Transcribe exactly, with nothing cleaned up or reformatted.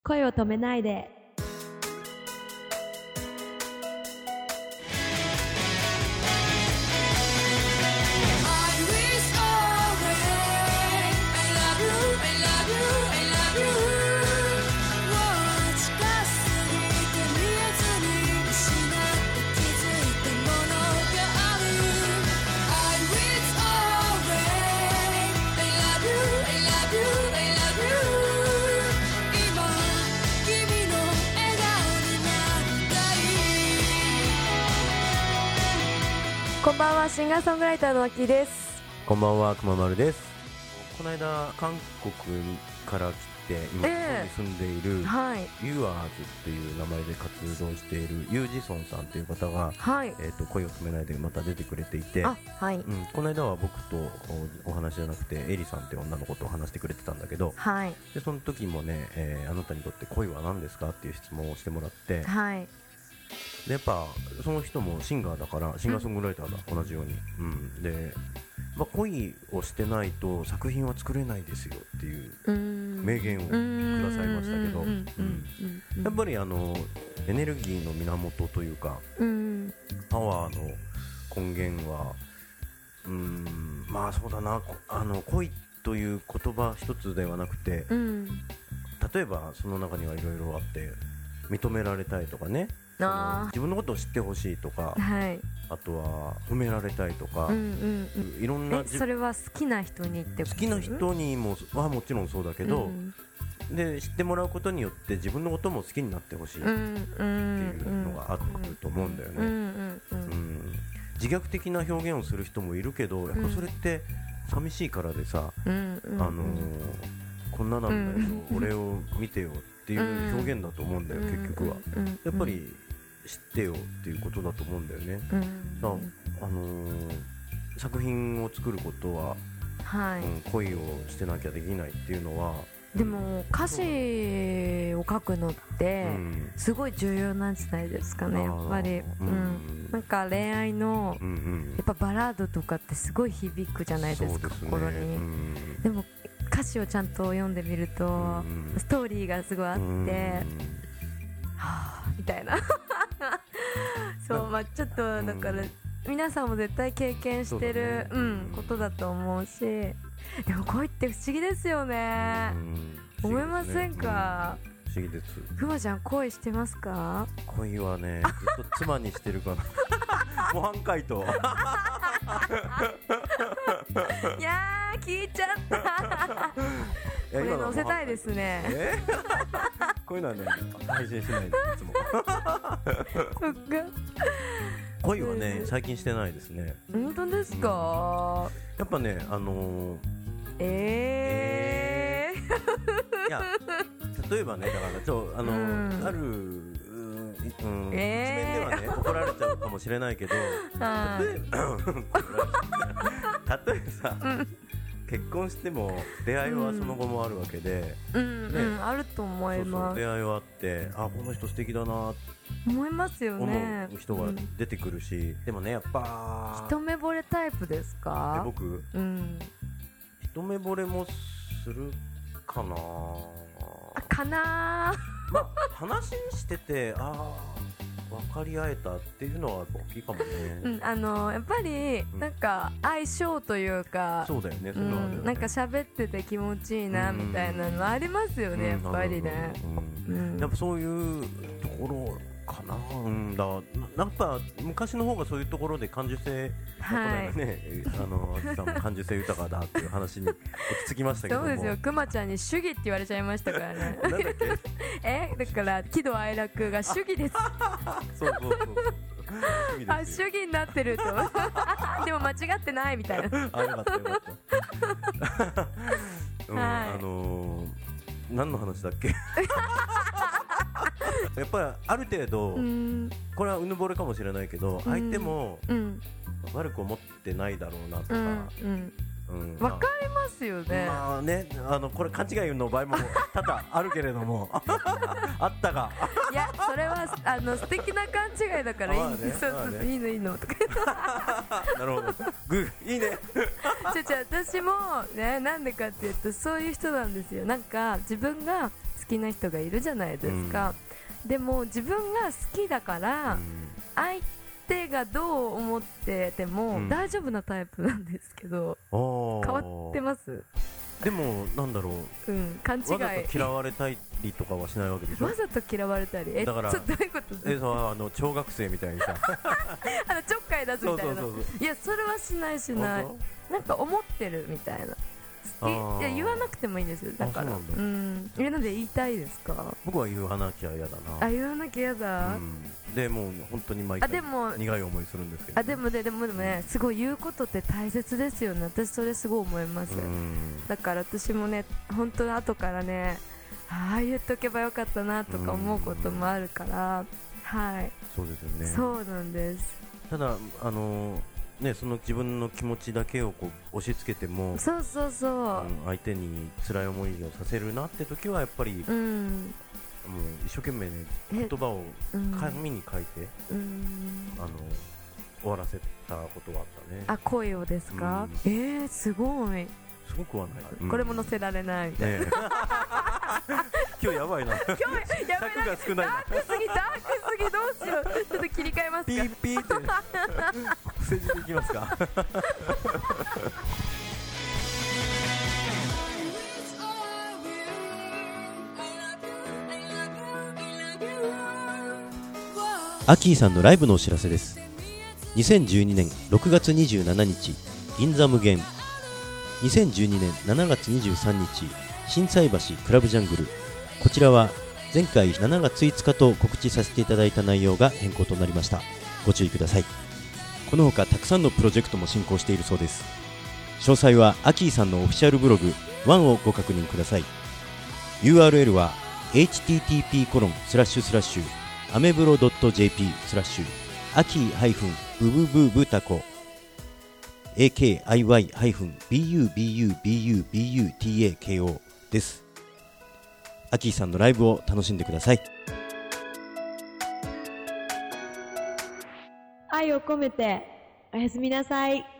声を止めないで。こんばんは、シンガーソングライターのあきです。 こんばんは、くままるです。この間韓国から来て今、えー、に住んでいる、はい、ユーアーズっていう名前で活動しているユージソンさんっていう方が、はい、えーと声を止めないでまた出てくれていて、あ、はい、うん、この間は僕とお話じゃなくてエリさんって女の子と話してくれてたんだけど、はい、でその時もね、えー、あなたにとって恋は何ですかっていう質問をしてもらって、はい、でやっぱその人もシンガーだからシンガーソングライターだ、同じように、うん、で、まあ、恋をしてないと作品は作れないですよっていう名言をくださいましたけど、やっぱりあのエネルギーの源というか、うん、パワーの根源は、うん、まあそうだな、あの恋という言葉一つではなくて、うん、例えばその中にはいろいろあって、認められたいとかね、あ自分のことを知ってほしいとか、はい、あとは褒められたいとか、うんうんうん、いろんなえそれは好きな人にってこと？ 好きな人にもはもちろんそうだけど、うん、で知ってもらうことによって自分のことも好きになってほしいっていうのがあると思うんだよね。自虐的な表現をする人もいるけど、やっぱそれって寂しいからでさ、うん、あのー、こんななんだよ、うん、俺を見てよっていう表現だと思うんだよ、うん、結局は、うん、やっぱり知ってよっていうことだと思うんだよね、うん、だあのー、作品を作ることは、はい、うん、恋をしてなきゃできないっていうのは、 でも歌詞を書くのってすごい重要なんじゃないですかね、やっぱり、うんうん、なんか恋愛の、うんうん、やっぱバラードとかってすごい響くじゃないですか、ですね、心に、うん、でも歌詞をちゃんと読んでみると、うん、ストーリーがすごいあって、うん、はぁみたいなそう、まあ、ちょっとだから、うん、皆さんも絶対経験してる、う、ね、うん、ことだと思うし、でも恋って不思議ですよね、うん、思いませんか？ うん、不思議です。 くまちゃん恋してますか？ 恋はね、ずっと妻にしてるかな模範解答いやー聞いちゃったこれ載せたいですね、えー、こういうのはね配信しないでいつもそっか、恋はね最近してないですね。 本当ですか？ うん、やっぱね、あのー、 えー、 えー、いや例えばね、だからちょあの、うん、ある、うんえー、一面ではね怒られちゃうかもしれないけど、例えば例えばさ、うん、結婚しても出会いはその後もあるわけで、 うんね、うんうん、あると思います。そうそう、 出会いはあって、あ、この人素敵だな思いますよね、 思う人が出てくるし、うん、でもねやっぱ一目惚れタイプですか？ 僕、うん、一目惚れもするかなかなまあ話してて、あ分かり合えたっていうのは大きいかもね、 うん、あのやっぱりなんか相性というか、 うん、そうだよね、それはあるよね、 うん、なんか喋ってて気持ちいいなみたいなのありますよね、うん、やっぱりね、 うんうん、やっぱそういうところかな、うん、だなんか昔の方がそういうところで感受性、はい、ね、あのさんも感受性豊かだっていう話に落ち着きましたけどもそうですよ、くまちゃんに主義って言われちゃいましたからねなんだっけえだから喜怒哀楽が主義ですそうそうそうあ、主義になってるとでも間違ってないみたいなあ、よかったよかった、うん、はい、あのー、何の話だっけやっぱりある程度、うん、これはうぬぼれかもしれないけど、うん、相手も、うん、悪く思ってないだろうなとか、うんうんうん、分かりますよね。 まあね、あのこれ勘違いの場合も多々あるけれどもあったがいやそれはあの素敵な勘違いだからいい、まあね、そうそう、ね、いいのいいのとかなるほど、グーいいねちょちょ私もね、なんでかっていうとそういう人なんですよ。なんか自分が好きな人がいるじゃないですか、うん、でも自分が好きだから、うん、相手がどう思ってても大丈夫なタイプなんですけど、うん、変わってます？ でもなんだろう、うん、勘違い、わざと嫌われたりとかはしないわけでしょ。 わざと嫌われたり、え、だからちょっとどういうこと？ え、そう、あの小学生みたいにさあのちょっかい出すみたいな。そうそうそうそう、いやそれはしないしない、なんか思ってるみたいな。いや言わなくてもいいんですよ、だから。うん、え、なんで言いたいですか？ 僕は言わなきゃ嫌だな。 あ、言わなきゃ嫌だ、うん、 でもう本当に毎回苦い思いするんですけど、ね、 あでもねでもでもね、すごい言うことって大切ですよね。私それすごい思います。だから私もね、本当に後からね、ああ言っとけばよかったなとか思うこともあるから、はい、 そうですよね。 そうなんです。 ただあのーね、その自分の気持ちだけをこう押し付けても、 そうそうそう、うん、 相手に辛い思いをさせるなって時はやっぱり、うん、もう一生懸命、ね、言葉を紙に書いて、うん、あの終わらせたことがあったね。 あ、声をですか？うん、えー、すごい。 すごくはない、うん、 これも載せられないみたいな、ね、 今日やばいな今日やばいな、 が少ないな、 ダークすぎダークすぎ、どうしよう、ちょっと切り替えますか、 ピーピーって伏せ字でいきますかアキーさんのライブのお知らせです。にせんじゅうにねんろくがつにじゅうしちにち銀座無限、にせんじゅうにねんしちがつにじゅうさんにち心斎橋クラブジャングル。こちらは前回しちがついつかと告知させていただいた内容が変更となりました。ご注意ください。この他たくさんのプロジェクトも進行しているそうです。詳細はアキーさんのオフィシャルブログワンをご確認ください。 ユーアールエル は エイチティーティーピーコロンスラッシュスラッシュアメブロドットジェーピースラッシュアキーハイフンブブブブタコ エーケーアイワイハイフンビーユービーユービーユービーユーティーエーケーオー です。アキーさんのライブを楽しんでください。 愛を込めておやすみなさい。